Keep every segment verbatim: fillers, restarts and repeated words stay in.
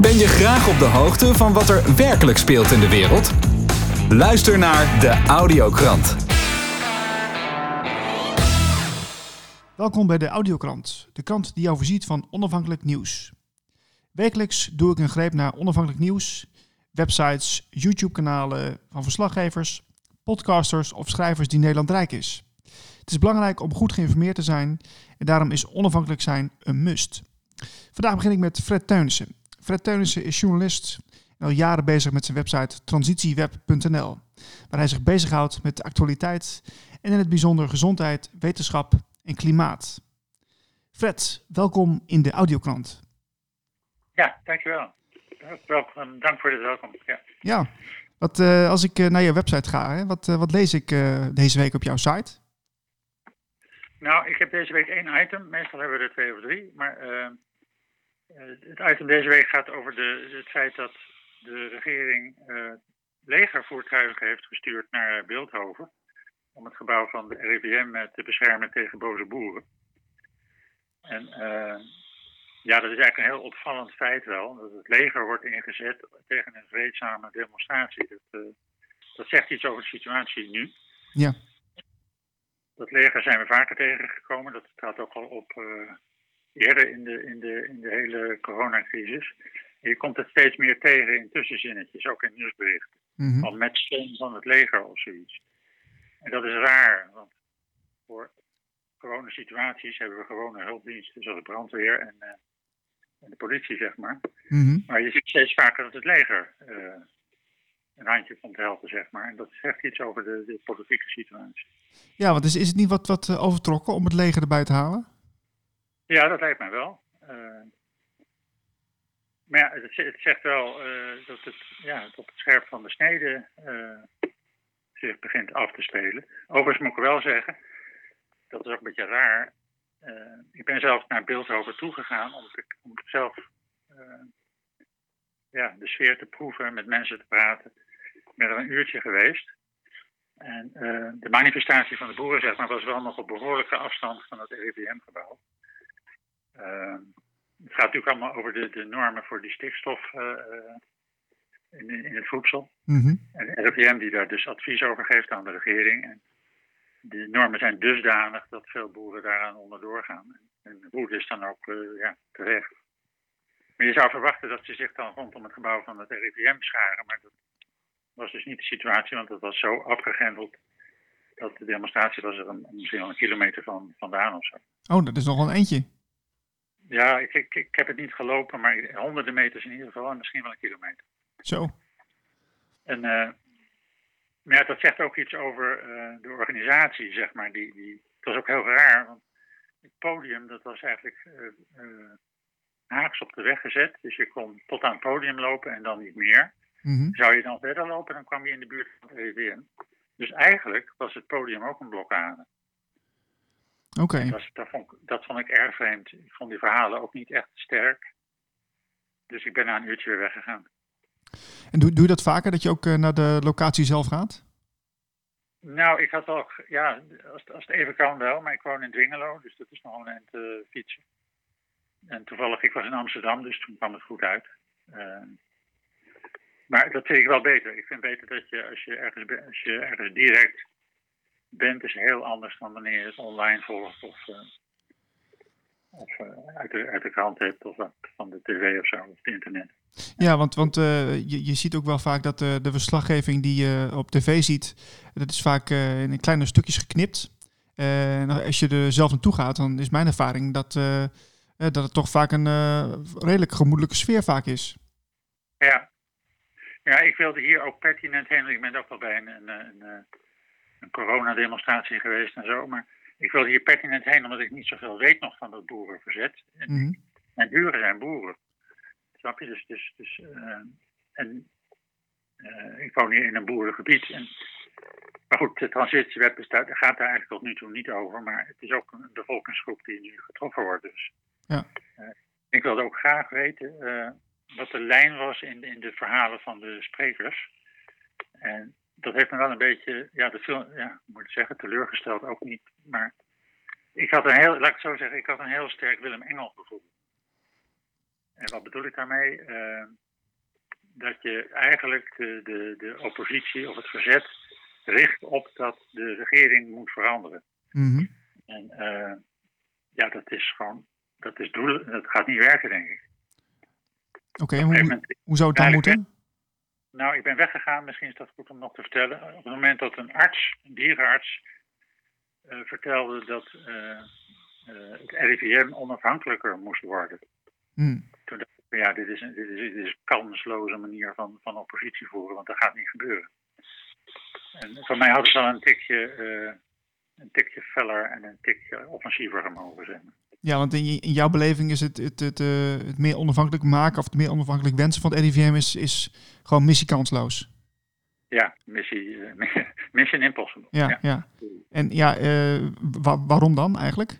Ben je graag op de hoogte van wat er werkelijk speelt in de wereld? Luister naar de Audiokrant. Welkom bij de Audiokrant, de krant die jou voorziet van onafhankelijk nieuws. Wekelijks doe ik een greep naar onafhankelijk nieuws, websites, YouTube-kanalen van verslaggevers, podcasters of schrijvers die Nederland rijk is. Het is belangrijk om goed geïnformeerd te zijn en daarom is onafhankelijk zijn een must. Vandaag begin ik met Fred Teunissen. Fred Teunissen is journalist en al jaren bezig met zijn website transitieweb punt n l, waar hij zich bezighoudt met de actualiteit en in het bijzonder gezondheid, wetenschap en klimaat. Fred, welkom in de Audiokrant. Ja, dankjewel. Welkom, dank voor dit welkom. Ja, ja wat, uh, als ik uh, naar je website ga, hè, wat, uh, wat lees ik uh, deze week op jouw site? Nou, ik heb deze week één item. Meestal hebben we er twee of drie. Maar uh, het item deze week gaat over de, het feit dat de regering uh, legervoertuigen heeft gestuurd naar Bilthoven om het gebouw van de R I V M te beschermen tegen boze boeren. En uh, ja, dat is eigenlijk een heel opvallend feit wel. Dat het leger wordt ingezet tegen een vreedzame demonstratie. Dat, uh, dat zegt iets over de situatie nu. Ja. Dat leger zijn we vaker tegengekomen. Dat staat ook al op uh, eerder in de, in, de, in de hele coronacrisis. En je komt het steeds meer tegen in tussenzinnetjes, ook in nieuwsberichten. Mm-hmm. Al met steun van het leger of zoiets. En dat is raar, want voor gewone situaties hebben we gewone hulpdiensten, zoals de brandweer en, uh, en de politie, zeg maar. Mm-hmm. Maar je ziet steeds vaker dat het leger uh, een handje komt helpen, zeg maar. En dat zegt iets over de, de politieke situatie. Ja, want is, is het niet wat, wat uh, overtrokken om het leger erbij te halen? Ja, dat lijkt mij wel. Uh, maar ja, het, het zegt wel uh, dat het, ja, het op het scherp van de snede uh, zich begint af te spelen. Overigens moet ik wel zeggen, dat is ook een beetje raar. Uh, ik ben zelf naar Bilthoven toegegaan om, te, om zelf uh, ja, de sfeer te proeven, met mensen te praten. Ik ben er een uurtje geweest. En uh, de manifestatie van de boeren, zeg maar, was wel nog op behoorlijke afstand van het R I V M-gebouw. Uh, het gaat natuurlijk allemaal over de, de normen voor die stikstof uh, in, in het voedsel. Mm-hmm. En de R I V M die daar dus advies over geeft aan de regering. En die normen zijn dusdanig dat veel boeren daaraan onderdoor gaan. En de woede is dan ook uh, ja, terecht. Maar je zou verwachten dat ze zich dan rondom het gebouw van het R I V M scharen. Maar dat was dus niet de situatie, want het was zo afgegrendeld dat de demonstratie was er een, misschien wel een kilometer van, vandaan of zo. Oh, dat is nog wel een eentje. Ja, ik, ik, ik heb het niet gelopen, maar honderden meters in ieder geval en misschien wel een kilometer. Zo. En uh, maar ja, dat zegt ook iets over uh, de organisatie, zeg maar. Die, die, het was ook heel raar, want het podium, dat was eigenlijk uh, uh, haaks op de weg gezet. Dus je kon tot aan het podium lopen en dan niet meer. Mm-hmm. Zou je dan verder lopen, dan kwam je in de buurt van het R I V M. Dus eigenlijk was het podium ook een blokkade. Oké. Okay. Dat, dat, vond, dat vond ik erg vreemd. Ik vond die verhalen ook niet echt sterk. Dus ik ben na een uurtje weer weggegaan. En doe, doe je dat vaker, dat je ook uh, naar de locatie zelf gaat? Nou, ik had ook, ja, als, als het even kan wel, maar ik woon in Dwingelo, dus dat is nog een eind uh, fietsen. En toevallig, ik was in Amsterdam, dus toen kwam het goed uit. Uh, maar dat vind ik wel beter. Ik vind beter dat je, als je ergens, als je ergens direct bent, is heel anders dan wanneer je het online volgt of, uh, of uh, uit, de, uit de krant hebt of van de tv of zo, of het internet. Ja, want, want uh, je, je ziet ook wel vaak dat uh, de verslaggeving die je op tv ziet, dat is vaak uh, in kleine stukjes geknipt. Uh, en als je er zelf naartoe gaat, dan is mijn ervaring dat, uh, uh, dat het toch vaak een uh, redelijk gemoedelijke sfeer vaak is. Ja. Ja, ik wilde hier ook pertinent heen. Ik ben ook wel bij een, een, een, een coronademonstratie geweest en zo. Maar ik wilde hier pertinent heen omdat ik niet zoveel weet nog van dat boerenverzet. En Mm-hmm. mijn buren zijn boeren. Snap je? Dus, dus, dus, uh, en uh, ik woon hier in een boerengebied. En, maar goed, de transitiewet bestaat, gaat daar eigenlijk tot nu toe niet over. Maar het is ook een bevolkingsgroep die nu getroffen wordt. Dus ja. uh, ik wilde ook graag weten uh, wat de lijn was in, in de verhalen van de sprekers. En dat heeft me wel een beetje, ja, de film, ja, moet ik zeggen, teleurgesteld ook niet. Maar ik had een heel, laat ik het zo zeggen, ik had een heel sterk Willem Engel gevoel. En wat bedoel ik daarmee? Uh, dat je eigenlijk de, de, de oppositie of het verzet richt op dat de regering moet veranderen. Mm-hmm. En uh, ja, dat is gewoon, dat is doel, dat gaat niet werken, denk ik. Oké, okay, hoe, hoe zou het dan moeten? Ben, nou, ik ben weggegaan, misschien is dat goed om nog te vertellen. Op het moment dat een arts, een dierenarts, uh, vertelde dat uh, uh, het R I V M onafhankelijker moest worden. Mm. Toen dacht ik, ja, dit is een, dit is, dit is een kansloze manier van, van oppositie voeren, want dat gaat niet gebeuren. En voor mij hadden ze al een tikje, uh, een tikje feller en een tikje offensiever gemogen zijn. Ja, want in, in jouw beleving is het, het, het, uh, het meer onafhankelijk maken of het meer onafhankelijk wensen van het R I V M is, is gewoon missiekansloos. Ja, missie, uh, mission impossible. Ja, ja. ja. En ja, uh, wa- waarom dan eigenlijk?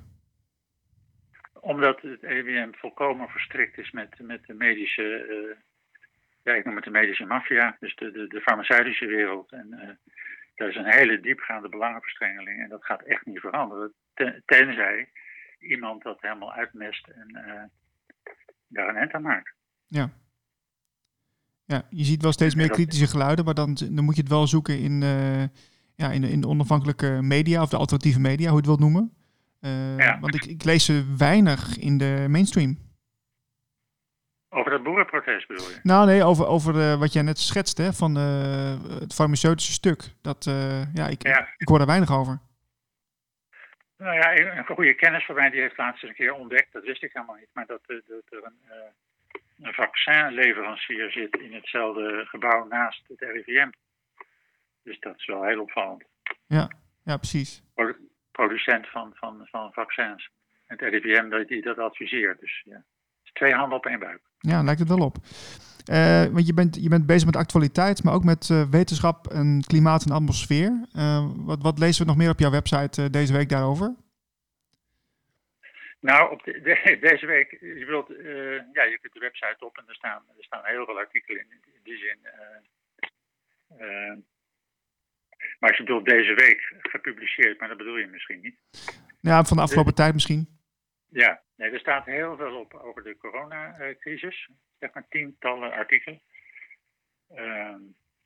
Omdat het R I V M volkomen verstrikt is met, met de medische, uh, ja, ik noem het de medische maffia, dus de, de, de farmaceutische wereld. En uh, daar is een hele diepgaande belangenverstrengeling en dat gaat echt niet veranderen. Ten, tenzij iemand dat helemaal uitmest en uh, daar een eind aan maakt. Ja. Ja, je ziet wel steeds meer kritische geluiden, maar dan, dan moet je het wel zoeken in, uh, ja, in, de, in de onafhankelijke media of de alternatieve media, hoe je het wilt noemen. Uh, ja. Want ik, ik lees ze weinig in de mainstream. Over dat boerenprotest bedoel je? Nou nee, over, over uh, wat jij net schetst, hè, van uh, het farmaceutische stuk. Dat, uh, ja, ik, ja. Ik, ik hoor er weinig over. Nou ja, een goede kennis van mij die heeft laatst eens een keer ontdekt, dat wist ik helemaal niet, maar dat, dat er een, uh, een vaccinleverancier zit in hetzelfde gebouw naast het R I V M. Dus dat is wel heel opvallend. Ja, ja precies. Pro- producent van, van, van vaccins. En het R I V M die dat adviseert. Dus ja, het is twee handen op één buik. Ja, lijkt het wel op. Uh, want je bent, je bent bezig met actualiteit, maar ook met uh, wetenschap en klimaat en atmosfeer. Uh, wat, wat lezen we nog meer op jouw website uh, deze week daarover? Nou, op de, de, deze week, je wilt, uh, ja, je kunt de website op en er staan, er staan heel veel artikelen in, in die zin. Uh, uh, maar als je bedoelt deze week gepubliceerd, maar dat bedoel je misschien niet. Ja, van de afgelopen uh, tijd misschien. Ja, nee, er staat heel veel op over de coronacrisis. Zeg maar tientallen artikelen. Uh,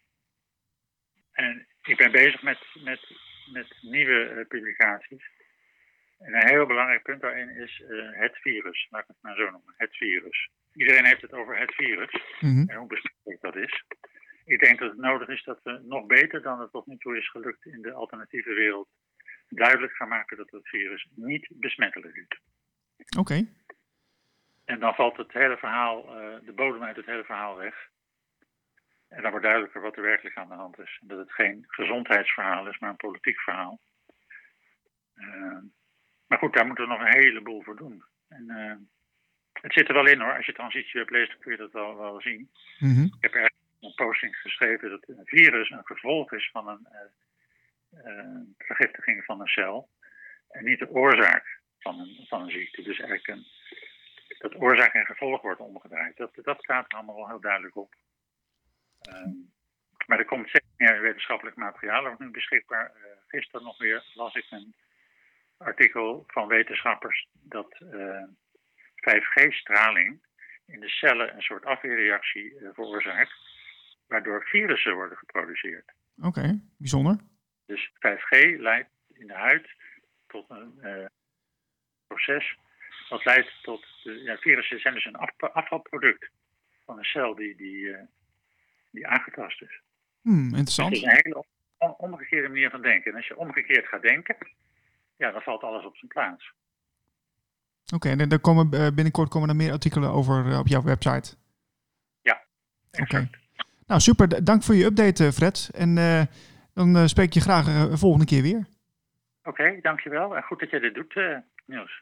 en ik ben bezig met, met, met nieuwe uh, publicaties. En een heel belangrijk punt daarin is uh, het virus. Laat ik het maar zo noemen. Het virus. Iedereen heeft het over het virus. Mm-hmm. En hoe besmettelijk dat is. Ik denk dat het nodig is dat we nog beter dan het tot nu toe is gelukt in de alternatieve wereld duidelijk gaan maken dat het virus niet besmettelijk is. Oké. Okay. En dan valt het hele verhaal, uh, de bodem uit het hele verhaal weg. En dan wordt duidelijker wat er werkelijk aan de hand is. En dat het geen gezondheidsverhaal is, maar een politiek verhaal. Uh, maar goed, daar moeten we nog een heleboel voor doen. En, uh, het zit er wel in hoor. Als je transitieweb leest, dan kun je dat wel, wel zien. Mm-hmm. Ik heb er een posting geschreven dat een virus een gevolg is van een uh, uh, vergiftiging van een cel. En niet de oorzaak van een, van een ziekte. Dus eigenlijk een, dat oorzaak en gevolg wordt omgedraaid. Dat, dat staat er allemaal wel heel duidelijk op. Um, maar er komt steeds meer wetenschappelijk materiaal ook nu beschikbaar. Uh, gisteren nog weer las ik een artikel van wetenschappers dat uh, vijf G-straling in de cellen een soort afweerreactie uh, veroorzaakt, waardoor virussen worden geproduceerd. Oké, okay, bijzonder. Dus vijf G leidt in de huid tot een uh, proces wat leidt tot... De, ja, virussen zijn dus een af, afvalproduct van een cel die, die, uh, die aangetast is. Hmm, interessant. Dus het is een hele on, omgekeerde manier van denken. En als je omgekeerd gaat denken, ja, dan valt alles op zijn plaats. Oké, okay, en er komen, uh, binnenkort komen er meer artikelen over uh, op jouw website. Ja, oké. Okay. Nou, super. Dank voor je update, Fred. En uh, dan uh, spreek ik je graag uh, volgende keer weer. Oké, okay, dankjewel. En goed dat jij dit doet, uh, Niels.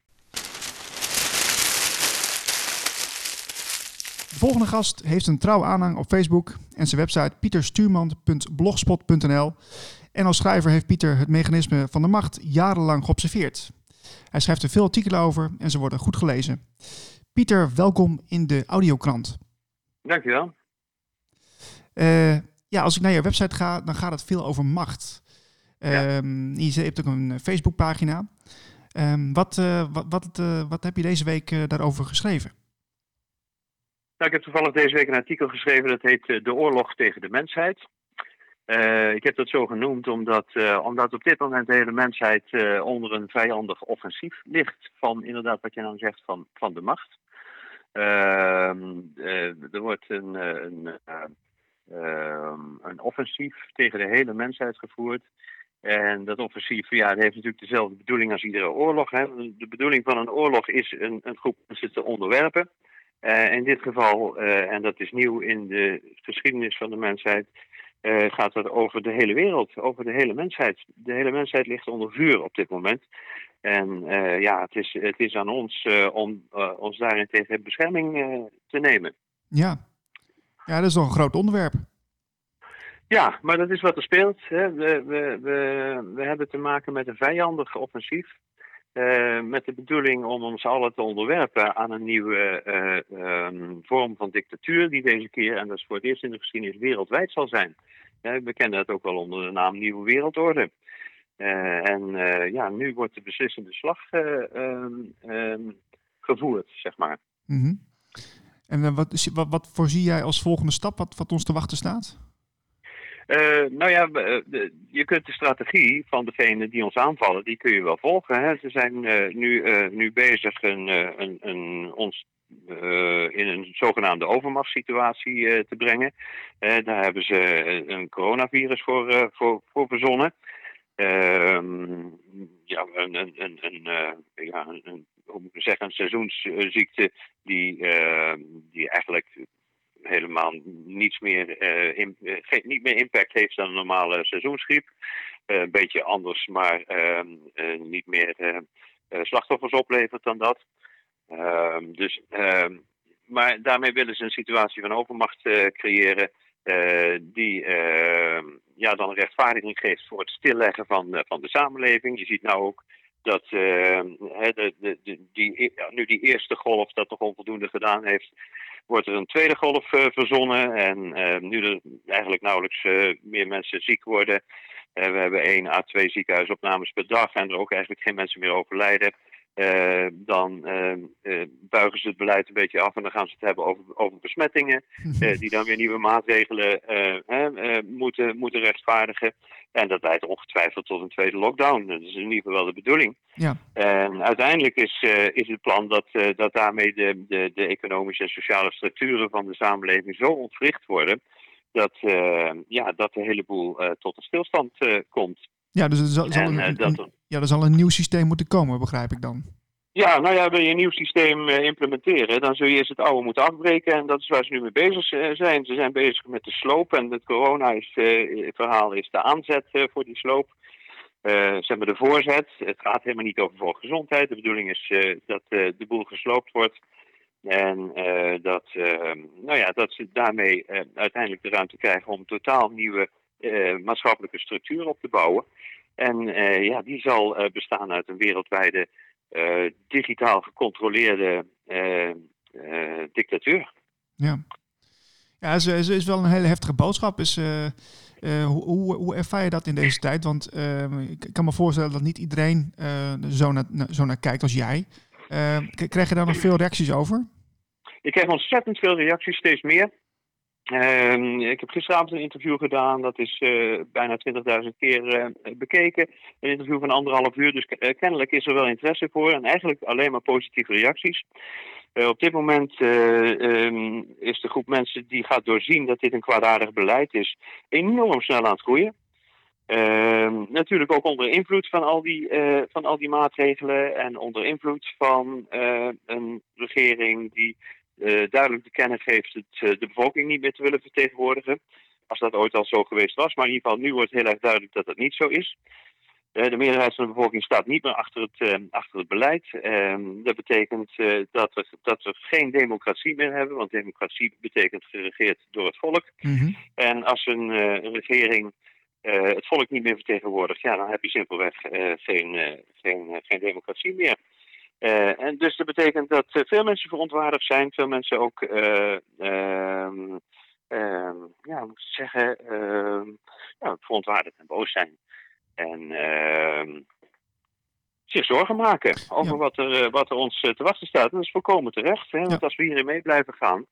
De volgende gast heeft een trouwe aanhang op Facebook en zijn website pieter stuurman punt blogspot punt n l. En als schrijver heeft Pieter het mechanisme van de macht jarenlang geobserveerd. Hij schrijft er veel artikelen over en ze worden goed gelezen. Pieter, welkom in de Audiokrant. Dankjewel. Uh, ja, als ik naar je website ga, dan gaat het veel over macht. Ja. Um, je hebt ook een Facebookpagina. Um, wat, uh, wat, wat, uh, wat heb je deze week uh, daarover geschreven? Nou, ik heb toevallig deze week een artikel geschreven dat heet uh, De oorlog tegen de mensheid. Uh, ik heb dat zo genoemd omdat, uh, omdat op dit moment de hele mensheid uh, onder een vijandig offensief ligt van inderdaad wat je nou zegt van, van de macht. Uh, uh, er wordt een, een, uh, uh, een offensief tegen de hele mensheid gevoerd. En dat offensief, ja, dat heeft natuurlijk dezelfde bedoeling als iedere oorlog. Hè. De bedoeling van een oorlog is een, een groep mensen te onderwerpen. Uh, in dit geval, uh, en dat is nieuw in de geschiedenis van de mensheid, uh, gaat het over de hele wereld, over de hele mensheid. De hele mensheid ligt onder vuur op dit moment. En uh, ja, het is, het is aan ons uh, om uh, ons daarin tegen bescherming uh, te nemen. Ja. ja, dat is toch een groot onderwerp. Ja, maar dat is wat er speelt. Hè. We, we, we, we hebben te maken met een vijandig offensief. Uh, met de bedoeling om ons allen te onderwerpen aan een nieuwe uh, um, vorm van dictatuur die deze keer, en dat is voor het eerst in de geschiedenis, wereldwijd zal zijn. Uh, we kennen dat ook wel onder de naam Nieuwe Wereldorde. Uh, en uh, ja, nu wordt de beslissende slag uh, um, um, gevoerd, zeg maar. Mm-hmm. En uh, wat, wat, wat voorzie jij als volgende stap, wat, wat ons te wachten staat? Uh, nou ja, de, je kunt de strategie van degene die ons aanvallen, die kun je wel volgen. Hè. Ze zijn uh, nu, uh, nu bezig een, een, een, ons uh, in een zogenaamde overmachtssituatie uh, te brengen. Uh, daar hebben ze een coronavirus voor, uh, voor, voor verzonnen. Uh, ja, een, een, een, een, uh, ja, een, hoe moet ik zeggen, een seizoensziekte die, uh, die eigenlijk helemaal niets meer, uh, in, uh, geen, niet meer impact heeft dan een normale seizoensgriep. Uh, een beetje anders, maar uh, uh, niet meer uh, uh, slachtoffers oplevert dan dat. Uh, dus, uh, maar daarmee willen ze een situatie van overmacht uh, creëren uh, die uh, ja, dan een rechtvaardiging geeft voor het stilleggen van, uh, van de samenleving. Je ziet nou ook dat uh, de, de, de, die, nu die eerste golf dat toch onvoldoende gedaan heeft, wordt er een tweede golf uh, verzonnen. En uh, nu er eigenlijk nauwelijks uh, meer mensen ziek worden. Uh, we hebben één à twee ziekenhuisopnames per dag en er ook eigenlijk geen mensen meer overlijden. Uh, dan uh, uh, buigen ze het beleid een beetje af en dan gaan ze het hebben over, over besmettingen. Uh, die dan weer nieuwe maatregelen uh, uh, moeten, moeten rechtvaardigen. En dat leidt ongetwijfeld tot een tweede lockdown. Dat is in ieder geval wel de bedoeling. Ja. En uiteindelijk is, uh, is het plan dat, uh, dat daarmee de, de, de economische en sociale structuren van de samenleving zo ontwricht worden dat, uh, ja, dat de hele boel uh, tot een stilstand uh, komt. Ja, dus er zal, zal en, een, uh, een, dat, een, ja, er zal een nieuw systeem moeten komen, begrijp ik dan. Ja, nou ja, wil je een nieuw systeem uh, implementeren, dan zul je eerst het oude moeten afbreken. En dat is waar ze nu mee bezig uh, zijn. Ze zijn bezig met de sloop en het corona-verhaal is, uh, is de aanzet uh, voor die sloop. Uh, ze hebben de voorzet. Het gaat helemaal niet over volksgezondheid. De bedoeling is uh, dat uh, de boel gesloopt wordt. En uh, dat, uh, nou ja, dat ze daarmee uh, uiteindelijk de ruimte krijgen om totaal nieuwe uh, maatschappelijke structuren op te bouwen. En uh, ja, die zal uh, bestaan uit een wereldwijde uh, digitaal gecontroleerde uh, uh, dictatuur. Ja, ja, ze is, is wel een hele heftige boodschap. Is, uh, uh, hoe, hoe, hoe ervaar je dat in deze tijd? Want uh, ik kan me voorstellen dat niet iedereen uh, zo, naar, zo naar kijkt als jij. Uh, krijg je daar nog veel reacties over? Ik krijg ontzettend veel reacties, steeds meer. Uh, ik heb gisteravond een interview gedaan, dat is uh, bijna twintigduizend keer uh, bekeken. Een interview van anderhalf uur, dus uh, kennelijk is er wel interesse voor en eigenlijk alleen maar positieve reacties. Uh, op dit moment uh, um, is de groep mensen die gaat doorzien dat dit een kwaadaardig beleid is, enorm snel aan het groeien. Uh, natuurlijk ook onder invloed van al die, uh, van al die maatregelen en onder invloed van uh, een regering die uh, duidelijk te kennen geeft het, uh, de bevolking niet meer te willen vertegenwoordigen. Als dat ooit al zo geweest was, maar in ieder geval nu wordt heel erg duidelijk dat dat niet zo is. Uh, de meerderheid van de bevolking staat niet meer achter het, uh, achter het beleid. Uh, dat betekent uh, dat, we, dat we geen democratie meer hebben, want democratie betekent geregeerd door het volk. Mm-hmm. En als een, uh, een regering Uh, het volk niet meer vertegenwoordigt, ja, dan heb je simpelweg uh, geen, uh, geen, uh, geen democratie meer. Uh, en dus dat betekent dat uh, veel mensen verontwaardigd zijn, veel mensen ook, uh, uh, uh, ja, moet ik zeggen, uh, ja, verontwaardigd en boos zijn. En uh, zich zorgen maken over ja. wat, er, wat er ons uh, te wachten staat. En dat is volkomen terecht, hè, want ja. als we hierin mee blijven gaan,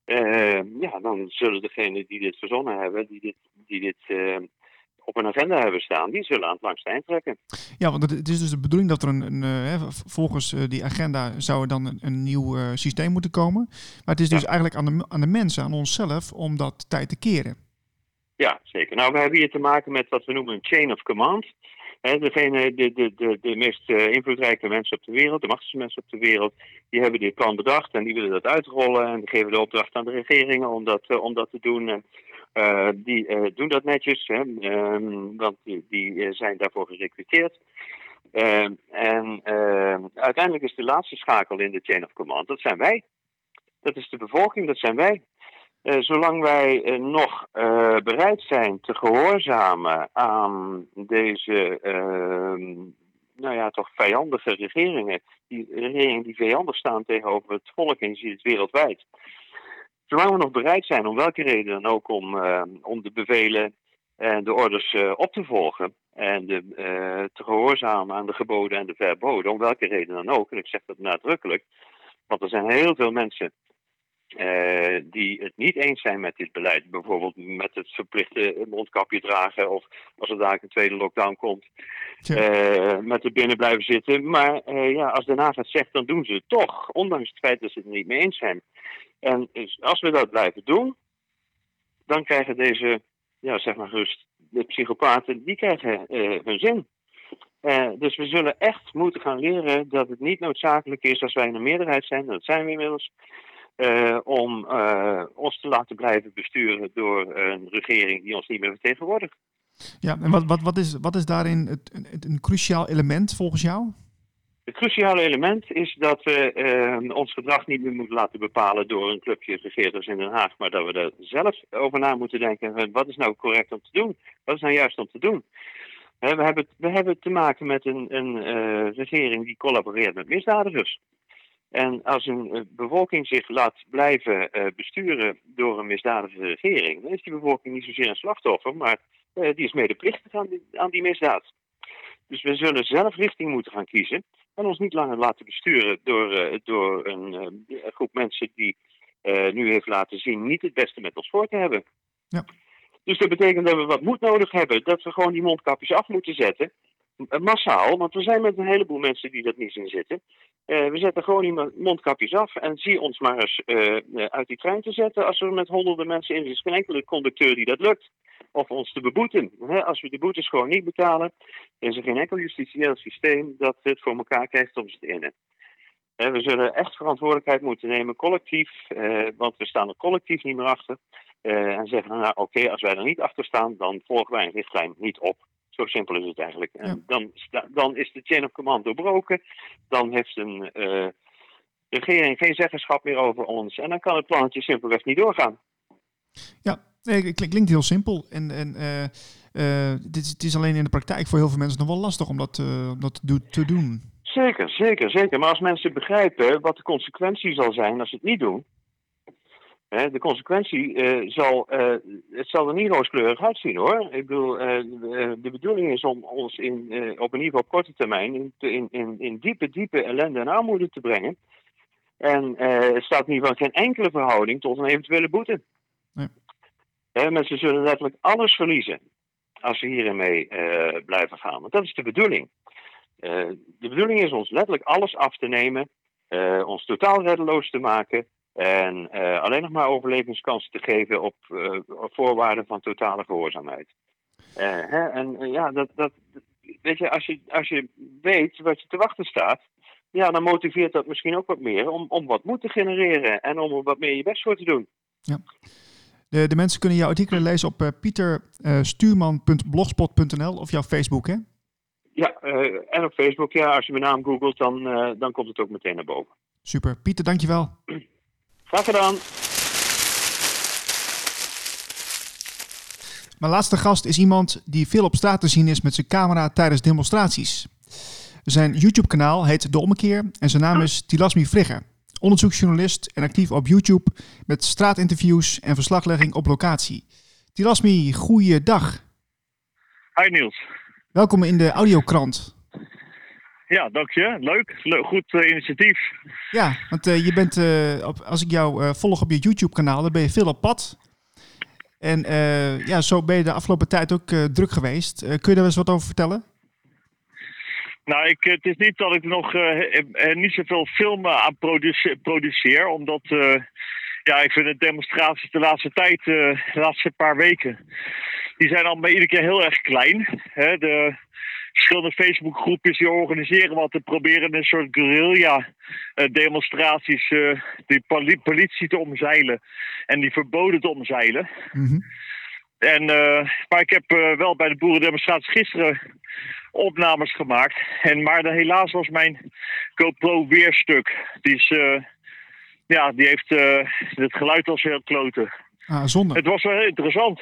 Uh, ja, dan zullen degenen die dit verzonnen hebben, die dit, die dit uh, op een agenda hebben staan, die zullen aan het langste eind trekken. Ja, want het is dus de bedoeling dat er een, een uh, volgens uh, die agenda zou er dan een, een nieuw uh, systeem moeten komen. Maar het is dus ja. eigenlijk aan de, aan de mensen, aan onszelf, om dat tijd te keren. Ja, zeker. Nou, we hebben hier te maken met wat we noemen een chain of command. He, degene, de, de, de, de meest uh, invloedrijke mensen op de wereld, de machtigste mensen op de wereld, die hebben dit plan bedacht en die willen dat uitrollen en die geven de opdracht aan de regeringen om dat, uh, om dat te doen. En, uh, die uh, doen dat netjes, hè, um, want die, die uh, zijn daarvoor gerecruiteerd. Uh, en uh, uiteindelijk is de laatste schakel in de chain of command, dat zijn wij. Dat is de bevolking, dat zijn wij. Uh, zolang wij uh, nog uh, bereid zijn te gehoorzamen aan deze, uh, nou ja, toch vijandige regeringen, die regeringen die vijandig staan tegenover het volk en je ziet het wereldwijd. Zolang we nog bereid zijn, om welke reden dan ook, om, uh, om de bevelen en de orders uh, op te volgen en de, uh, te gehoorzamen aan de geboden en de verboden, om welke reden dan ook, en ik zeg dat nadrukkelijk, want er zijn heel veel mensen Uh, die het niet eens zijn met dit beleid. Bijvoorbeeld met het verplichte mondkapje dragen of als er daar een tweede lockdown komt, uh, met het binnen blijven zitten. Maar uh, ja, als Den Haag het zegt, dan doen ze het toch, ondanks het feit dat ze het er niet mee eens zijn. En dus als we dat blijven doen, dan krijgen deze, ja, zeg maar gerust, de psychopaten, die krijgen uh, hun zin. Uh, dus we zullen echt moeten gaan leren dat het niet noodzakelijk is, als wij in een meerderheid zijn, dat zijn we inmiddels, Uh, om uh, ons te laten blijven besturen door een regering die ons niet meer vertegenwoordigt. Ja, en wat, wat, wat, is, wat is daarin het, het, een cruciaal element volgens jou? Het cruciale element is dat we uh, ons gedrag niet meer moeten laten bepalen door een clubje regeerders in Den Haag, maar dat we er zelf over na moeten denken. Wat is nou correct om te doen? Wat is nou juist om te doen? Uh, we, hebben, we hebben te maken met een, een uh, regering die collaboreert met misdadigers. En als een uh, bevolking zich laat blijven uh, besturen door een misdadige regering, dan is die bevolking niet zozeer een slachtoffer, maar uh, die is medeplichtig aan die, aan die misdaad. Dus we zullen zelf richting moeten gaan kiezen en ons niet langer laten besturen door, uh, door een uh, groep mensen die uh, nu heeft laten zien niet het beste met ons voor te hebben. Ja. Dus dat betekent dat we wat moed nodig hebben, dat we gewoon die mondkapjes af moeten zetten. Massaal, want we zijn met een heleboel mensen die dat niet zien zitten. Uh, we zetten gewoon die mondkapjes af en zie ons maar eens uh, uit die trein te zetten als we met honderden mensen in. Er is geen enkele conducteur die dat lukt. Of ons te beboeten. He, als we de boetes gewoon niet betalen, is er geen enkel justitieel systeem dat het voor elkaar krijgt om ze te innen. Uh, we zullen echt verantwoordelijkheid moeten nemen, collectief, uh, want we staan er collectief niet meer achter. Uh, en zeggen, nou oké, okay, als wij er niet achter staan, dan volgen wij een richtlijn niet op. Zo simpel is het eigenlijk. En ja. dan, dan is de chain of command doorbroken. Dan heeft een uh, regering geen zeggenschap meer over ons. En dan kan het plannetje simpelweg niet doorgaan. Ja, nee, het klinkt heel simpel. En, en uh, uh, dit is, het is alleen in de praktijk voor heel veel mensen nog wel lastig om dat, uh, om dat te doen. Zeker, zeker, zeker. Maar als mensen begrijpen wat de consequentie zal zijn als ze het niet doen. Hè, de consequentie uh, zal, uh, het zal er niet rooskleurig uitzien hoor. Ik bedoel, uh, de, de bedoeling is om ons in, uh, op in ieder geval op korte termijn in, in, in, in diepe, diepe ellende en armoede te brengen. En uh, het staat in ieder geval geen enkele verhouding tot een eventuele boete. Nee. Hè, mensen zullen letterlijk alles verliezen als ze hierin mee uh, blijven gaan. Want dat is de bedoeling. Uh, de bedoeling is ons letterlijk alles af te nemen, uh, ons totaal reddeloos te maken. En uh, alleen nog maar overlevingskansen te geven op, uh, op voorwaarden van totale gehoorzaamheid. Uh, hè, en uh, ja, dat, dat, weet je, als je, als je weet wat je te wachten staat, ja, dan motiveert dat misschien ook wat meer om, om wat moed te genereren en om er wat meer je best voor te doen. Ja. De, de mensen kunnen jouw artikelen lezen op uh, pieter stuurman punt blogspot punt n l of jouw Facebook, hè? Ja, uh, en op Facebook, ja, als je mijn naam googelt, dan, uh, dan komt het ook meteen naar boven. Super. Pieter, dankjewel. Graag gedaan. Mijn laatste gast is iemand die veel op straat te zien is met zijn camera tijdens demonstraties. Zijn YouTube-kanaal heet De Ommekeer en zijn naam is Tilasmi Vrigge. Onderzoeksjournalist en actief op YouTube met straatinterviews en verslaglegging op locatie. Tilasmi, goeiedag. Hi Niels. Welkom in de Audiokrant. ja, dank je. Leuk. Le- goed uh, initiatief. Ja, want uh, je bent, uh, op, als ik jou uh, volg op je YouTube-kanaal, dan ben je veel op pad. En uh, ja, zo ben je de afgelopen tijd ook uh, druk geweest. Uh, kun je daar wel eens wat over vertellen? Nou, ik, het is niet dat ik nog uh, uh, niet zoveel filmen aan produce- produceer, omdat uh, ja, ik vind de demonstraties de laatste tijd, uh, de laatste paar weken, die zijn allemaal iedere keer heel erg klein. Hè? De verschillende Facebookgroepjes die organiseren wat, te proberen een soort guerrilla uh, demonstraties, uh, die poli- politie te omzeilen en die verboden te omzeilen. Mm-hmm. En, uh, maar ik heb uh, wel bij de boerendemonstratie gisteren opnames gemaakt. En, maar de, helaas was mijn GoPro weer stuk. Die, is, uh, ja, die heeft uh, het geluid was heel kloten. Ah, zonde. Het was wel heel interessant.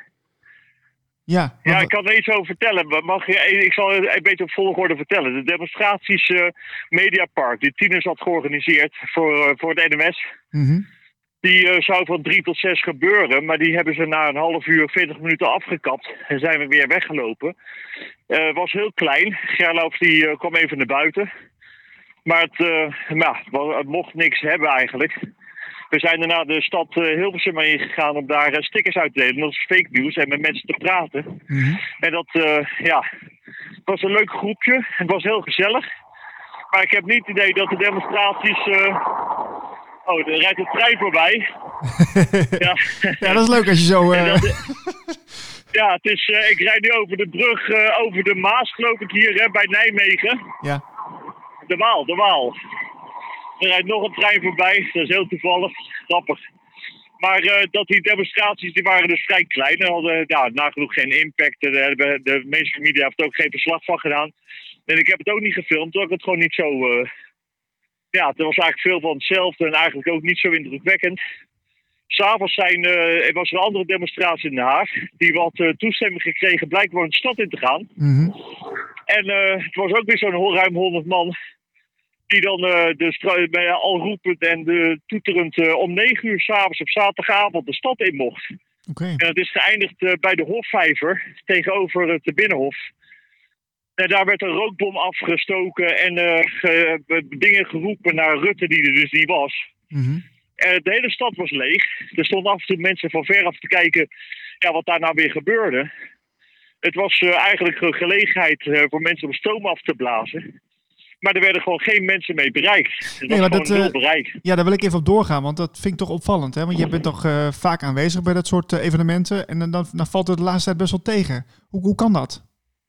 Ja, ja, ik kan er iets over vertellen. Mag je, ik zal een beetje op volgorde vertellen. De demonstraties uh, Mediapark, die Tinus had georganiseerd voor, uh, voor het N M S. Mm-hmm. Die uh, zou van drie tot zes gebeuren, maar die hebben ze na een half uur, veertig minuten afgekapt. En zijn we weer weggelopen. Het uh, was heel klein. Gerlof die uh, kwam even naar buiten. Maar het, uh, nou, het mocht niks hebben eigenlijk. We zijn daarna de stad uh, Hilversum ingegaan om daar uh, stickers uit te delen. Dat is fake news en met mensen te praten. Mm-hmm. En dat, uh, ja, het was een leuk groepje. Het was heel gezellig. Maar ik heb niet het idee dat de demonstraties... Uh, Oh, er rijdt een trein voorbij. ja. ja, dat is leuk als je zo... Uh... Dat, ja, het is, uh, ik rijd nu over de brug, uh, over de Maas, geloof ik, hier hè, bij Nijmegen. Ja. De Waal, de Waal. Er rijdt nog een trein voorbij, dat is heel toevallig, grappig. Maar uh, dat die demonstraties, die waren dus vrij klein en hadden ja, nagenoeg geen impact. De, de, de mainstream media heeft er ook geen verslag van gedaan. En ik heb het ook niet gefilmd, omdat ik het gewoon niet zo... Uh, Ja, het was eigenlijk veel van hetzelfde en eigenlijk ook niet zo indrukwekkend. S'avonds zijn, uh, was er een andere demonstratie in Den Haag. Die had uh, toestemming gekregen blijkbaar de stad in te gaan. Mm-hmm. En uh, het was ook weer zo'n ruim honderd man. Die dan uh, de stra- al roepend en de toeterend uh, om negen uur s'avonds op zaterdagavond de stad in mocht. Okay. En het is geëindigd uh, bij de Hofvijver tegenover het Binnenhof. En daar werd een rookbom afgestoken en uh, ge, dingen geroepen naar Rutte, die er dus niet was. Mm-hmm. En de hele stad was leeg. Er stonden af en toe mensen van ver af te kijken ja, wat daar nou weer gebeurde. Het was uh, eigenlijk een gelegenheid uh, voor mensen om stoom af te blazen. Maar er werden gewoon geen mensen mee bereikt. Het nee, was maar gewoon dat, nul uh, bereik. Ja, daar wil ik even op doorgaan, want dat vind ik toch opvallend. Hè? Want je bent toch uh, vaak aanwezig bij dat soort uh, evenementen. En dan, dan valt het de laatste tijd best wel tegen. Hoe, hoe kan dat?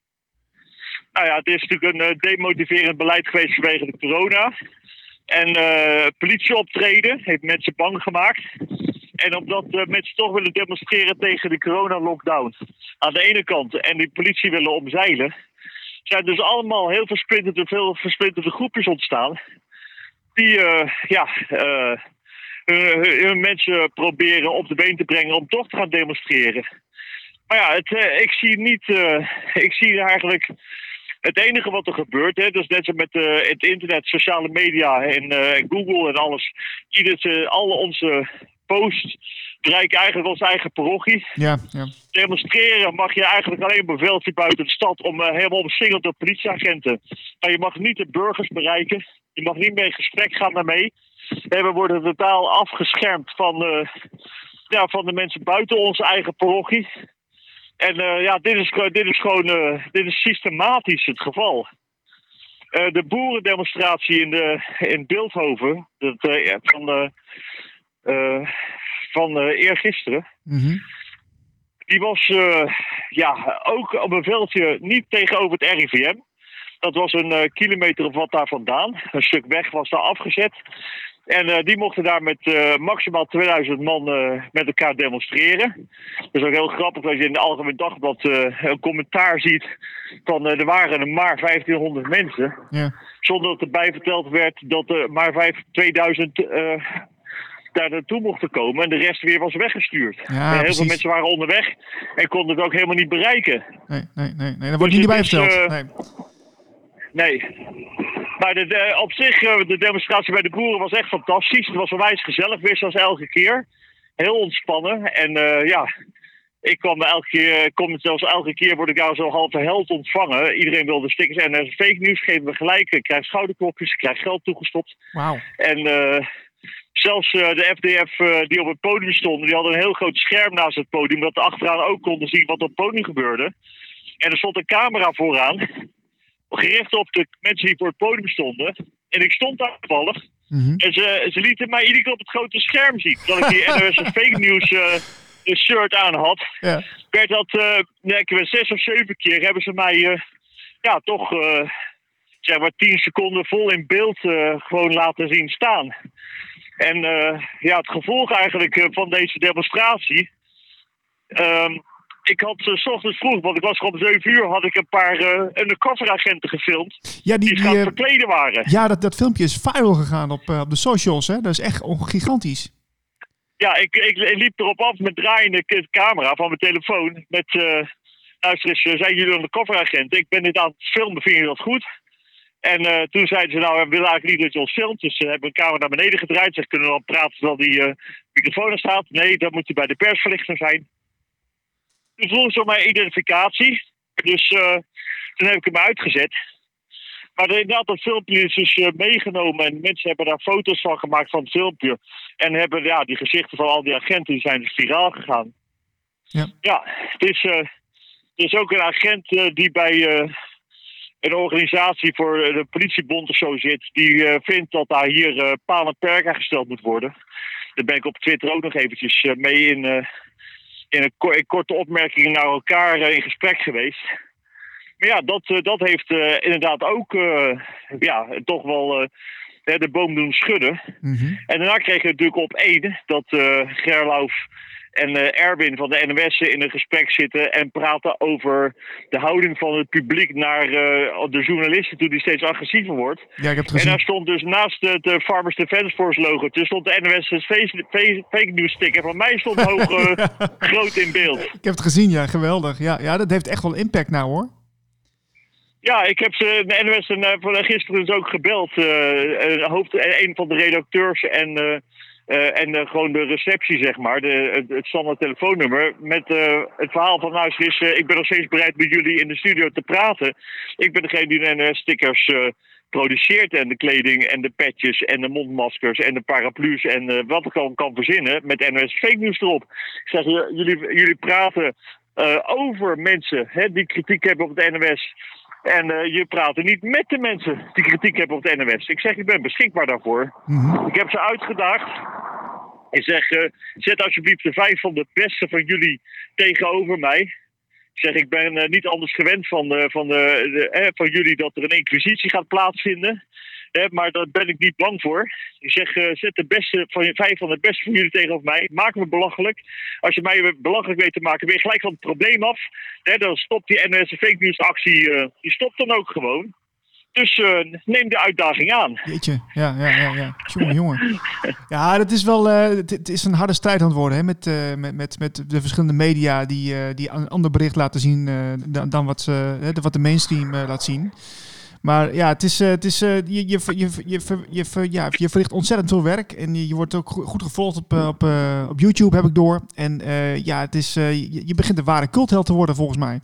Nou ja, het is natuurlijk een uh, demotiverend beleid geweest vanwege de corona. En uh, politieoptreden heeft mensen bang gemaakt. En omdat uh, mensen toch willen demonstreren tegen de corona-lockdown aan de ene kant en die politie willen omzeilen, zijn dus allemaal heel versplinterde, veel versplinterde groepjes ontstaan. Die uh, ja, uh, hun, hun mensen proberen op de been te brengen om toch te gaan demonstreren. Maar ja, het, uh, ik zie niet, uh, ik zie eigenlijk... Het enige wat er gebeurt, hè, dus net zo met uh, het internet, sociale media en uh, Google en alles. Ieders, uh, alle onze posts bereiken eigenlijk onze eigen parochie. Ja, ja. Demonstreren mag je eigenlijk alleen op een veldje buiten de stad om uh, helemaal omsingeld door politieagenten. Maar je mag niet de burgers bereiken. Je mag niet meer in gesprek gaan daarmee. En we worden totaal afgeschermd van, uh, ja, van de mensen buiten onze eigen parochie. En uh, ja, dit is, dit is gewoon uh, dit is systematisch het geval. Uh, de boerendemonstratie in, de, in Bilthoven, dat, uh, ja, van, uh, uh, van uh, eergisteren, Mm-hmm. die was uh, ja, ook op een veldje niet tegenover het R I V M. Dat was een uh, kilometer of wat daar vandaan. Een stuk weg was daar afgezet. En uh, die mochten daar met uh, maximaal tweeduizend man uh, met elkaar demonstreren. Dat is ook heel grappig dat je in het Algemeen Dagblad uh, een commentaar ziet van uh, er waren maar vijftienhonderd mensen. Ja. Zonder dat erbij verteld werd dat er maar tweeduizend uh, daar naartoe mochten komen. En de rest weer was weggestuurd. Ja, en heel precies. veel mensen waren onderweg en konden het ook helemaal niet bereiken. Nee, nee, nee, nee, dat wordt Dus niet bij het is, verteld. uh, Nee. Nee. Maar de, de, op zich, de demonstratie bij de boeren was echt fantastisch. Het was onwijs gezellig, weer zoals elke keer. Heel ontspannen. En uh, ja, ik kwam elke keer, kom zelfs elke keer word ik daar zo halve held ontvangen. Iedereen wilde stickers en er is fake nieuws, geven we gelijk. Ik krijg schouderklopjes, ik krijg geld toegestopt. Wauw. En uh, zelfs uh, de F D F uh, die op het podium stonden, die hadden een heel groot scherm naast het podium, dat we achteraan ook konden zien wat op het podium gebeurde. En er stond een camera vooraan, gericht op de mensen die voor het podium stonden. En ik stond daar toevallig. Mm-hmm. En ze, ze lieten mij iedere keer op het grote scherm zien. Dat ik die N O S fake nieuws uh, shirt aan had. Ja. Werd dat uh, nee, zes of zeven keer hebben ze mij uh, ja, toch uh, zeg maar tien seconden vol in beeld uh, gewoon laten zien staan. En uh, ja, het gevolg eigenlijk uh, van deze demonstratie. Um, Ik had uh, 's ochtends vroeg, want ik was er om zeven uur, had ik een paar uh, undercover agenten gefilmd. Ja, die, die, die gaan uh, verkleden waren. Ja, dat, dat filmpje is viral gegaan op, uh, op de socials, hè? Dat is echt gigantisch. Ja, ik, ik, ik liep erop af met draaiende camera van mijn telefoon. Met, uh, luister eens, zijn jullie undercover agenten? Ik ben dit aan het filmen, vinden jullie dat goed? En uh, toen zeiden ze, nou, we willen eigenlijk niet dat je ons filmt. Dus ze hebben een camera naar beneden gedraaid. Ze kunnen dan praten terwijl die uh, microfoon er staat. Nee, dat moet je bij de persverlichter zijn. Toen vroegen ze om mijn identificatie. Dus uh, toen heb ik hem uitgezet. Maar inderdaad, dat filmpje is dus uh, meegenomen. En mensen hebben daar foto's van gemaakt van het filmpje. En hebben ja, die gezichten van al die agenten, die zijn dus viraal gegaan. Ja, ja het is, uh, er is ook een agent uh, die bij uh, een organisatie voor uh, de politiebond of zo zit. Die uh, vindt dat daar hier uh, paal en perk aan gesteld moet worden. Daar ben ik op Twitter ook nog eventjes uh, mee in... Uh, in een ko- in korte opmerkingen naar elkaar uh, in gesprek geweest. Maar ja, dat, uh, dat heeft uh, inderdaad ook uh, ja, toch wel uh, de boom doen schudden. Mm-hmm. En daarna kregen we natuurlijk op één dat uh, Gerlof en uh, Erwin van de N O S in een gesprek zitten en praten over de houding van het publiek naar uh, de journalisten toe die steeds agressiever wordt. Ja, ik heb het gezien. En daar stond dus naast het uh, Farmers Defence Force logo, dus stond de N O S fake, fake, fake news sticker. Van mij stond hoog uh, ja. groot in beeld. Ik heb het gezien, ja, geweldig. Ja, ja, dat heeft echt wel impact nou, hoor. Ja, ik heb ze, de N O S en, uh, gisteren dus ook gebeld. Uh, hoofd, een van de redacteurs en... Uh, Uh, en uh, gewoon de receptie, zeg maar, de, het, het standaard telefoonnummer. Met uh, het verhaal van, nou is, uh, ik ben nog steeds bereid met jullie in de studio te praten. Ik ben degene die de N O S-stickers uh, produceert en de kleding en de petjes en de mondmaskers en de paraplu's en uh, wat ik al kan verzinnen met N O S fake news erop. Ik zeg, jullie, jullie praten uh, over mensen hè, die kritiek hebben op het N O S. En uh, je praat er niet met de mensen die kritiek hebben op de N O S. Ik zeg, ik ben beschikbaar daarvoor. Mm-hmm. Ik heb ze uitgedaagd. Ik zeg, uh, zet alsjeblieft de vijf van de beste van jullie tegenover mij. Ik zeg, ik ben uh, niet anders gewend van, uh, van, de, de, eh, van jullie dat er een inquisitie gaat plaatsvinden. Eh, maar daar ben ik niet bang voor. Ik zeg, uh, zet de beste van, vijf van de beste van jullie tegenover mij. Maak me belachelijk. Als je mij belachelijk weet te maken, ben je gelijk van het probleem af. Eh, dan stopt die N O S fake news actie, uh, die stopt dan ook gewoon. Dus uh, neem de uitdaging aan. Jeetje, ja, ja, ja, ja. Jongen, jongen. Ja, dat is wel, uh, het is een harde strijd aan het worden, hè, met, uh, met, met, met de verschillende media die, uh, die een ander bericht laten zien uh, dan, dan wat, uh, wat de mainstream uh, laat zien. Maar ja, het is, uh, het is uh, je, je, je, je, je, je, ja, je verricht ontzettend veel werk en je, je wordt ook goed gevolgd op, uh, op, uh, op YouTube, heb ik door. En uh, ja, het is, uh, je, je begint een ware cultheld te worden, volgens mij.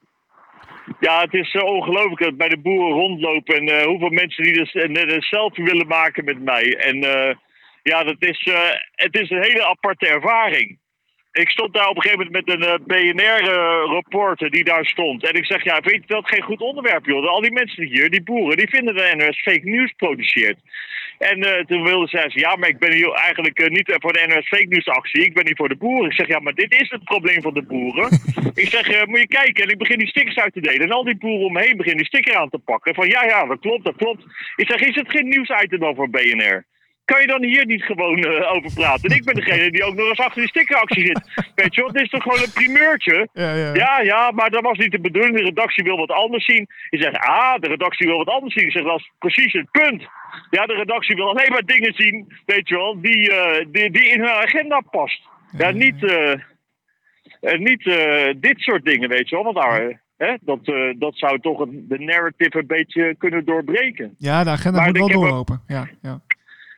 Ja, het is uh, ongelooflijk dat bij de boeren rondlopen en uh, hoeveel mensen die dus een, een selfie willen maken met mij. En uh, ja, dat is, uh, het is een hele aparte ervaring. Ik stond daar op een gegeven moment met een uh, B N R-reporter uh, die daar stond. En ik zeg, ja, weet je dat geen goed onderwerp, joh. Al die mensen hier, die boeren, die vinden de N O S fake news produceert. En uh, toen wilde zij zeggen, ja, maar ik ben hier eigenlijk uh, niet voor de N O S fake news actie. Ik ben hier voor de boeren. Ik zeg, ja, maar dit is het probleem van de boeren. Ik zeg, uh, moet je kijken. En ik begin die stickers uit te delen. En al die boeren om me heen beginnen die sticker aan te pakken. Van, ja, ja, dat klopt, dat klopt. Ik zeg, is het geen nieuwsitem dan voor B N R? Kan je dan hier niet gewoon uh, over praten? En ik ben degene die ook nog eens achter die stickeractie zit. Weet je wel, het is toch gewoon een primeurtje? Ja, ja. ja, ja, maar dat was niet de bedoeling. De redactie wil wat anders zien. Je zegt, ah, de redactie wil wat anders zien. Ik zeg, dat is precies het punt. Ja, de redactie wil alleen maar dingen zien, weet je wel, die, uh, die, die in hun agenda past. Ja, niet, uh, uh, niet uh, dit soort dingen, weet je wel. Want daar... Uh, Hè, dat, uh, dat zou toch een, de narrative een beetje kunnen doorbreken. Ja, de agenda maar moet wel doorlopen. Heb, ja, ja.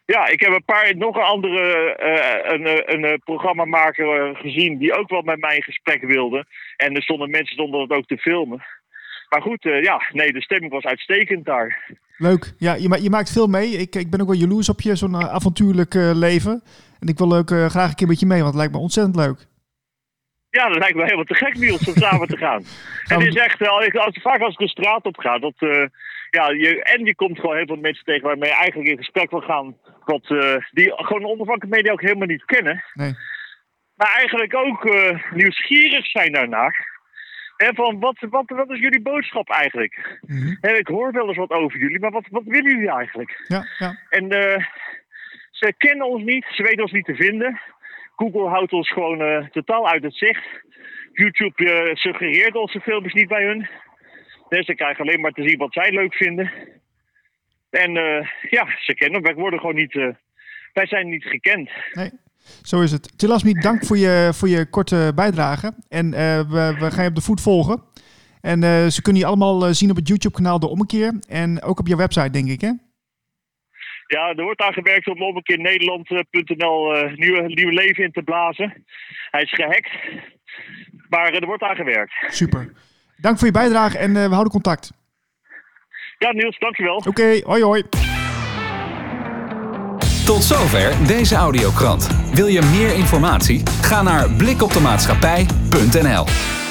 Ja, ik heb een paar, nog een andere uh, een, een, een programmamaker uh, gezien die ook wel met mij in gesprek wilde. En er stonden mensen stonden het ook te filmen. Maar goed, uh, ja, nee, de stemming was uitstekend daar. Leuk. Ja, je, ma- je maakt veel mee. Ik, ik ben ook wel jaloers op je, zo'n uh, avontuurlijk uh, leven. En ik wil ook uh, graag een keer met je mee, want het lijkt me ontzettend leuk. Ja, dat lijkt me helemaal te gek, Niels, om samen te gaan. En het is echt, uh, als, vaak als ik de straat op ga, dat, uh, ja, je, en je komt gewoon heel veel mensen tegen waarmee je eigenlijk in gesprek wil gaan, wat, uh, die gewoon onafhankelijke media ook helemaal niet kennen. Nee. Maar eigenlijk ook uh, nieuwsgierig zijn daarnaar. En van, wat, wat, wat is jullie boodschap eigenlijk? Mm-hmm. En ik hoor wel eens wat over jullie, maar wat, wat willen jullie eigenlijk? Ja, ja. En uh, ze kennen ons niet, ze weten ons niet te vinden. Google houdt ons gewoon uh, totaal uit het zicht. YouTube uh, suggereert onze filmpjes niet bij hun. Dus ze krijgen alleen maar te zien wat zij leuk vinden. En uh, ja, ze kennen, wij worden gewoon niet, uh, wij zijn niet gekend. Nee. Zo is het. Tilasmi, dank voor je, voor je korte bijdrage. En uh, we, we gaan je op de voet volgen. En uh, ze kunnen je allemaal uh, zien op het YouTube-kanaal De Ommekeer. En ook op je website, denk ik, hè? Ja, er wordt aan gewerkt om ommekeer nederland punt n l uh, nieuwe, nieuwe leven in te blazen. Hij is gehackt, maar uh, er wordt aan gewerkt. Super. Dank voor je bijdrage en uh, we houden contact. Ja, Niels, dankjewel. Oké, okay, hoi hoi. Tot zover deze audiokrant. Wil je meer informatie? Ga naar blikopdemaatschappij punt n l.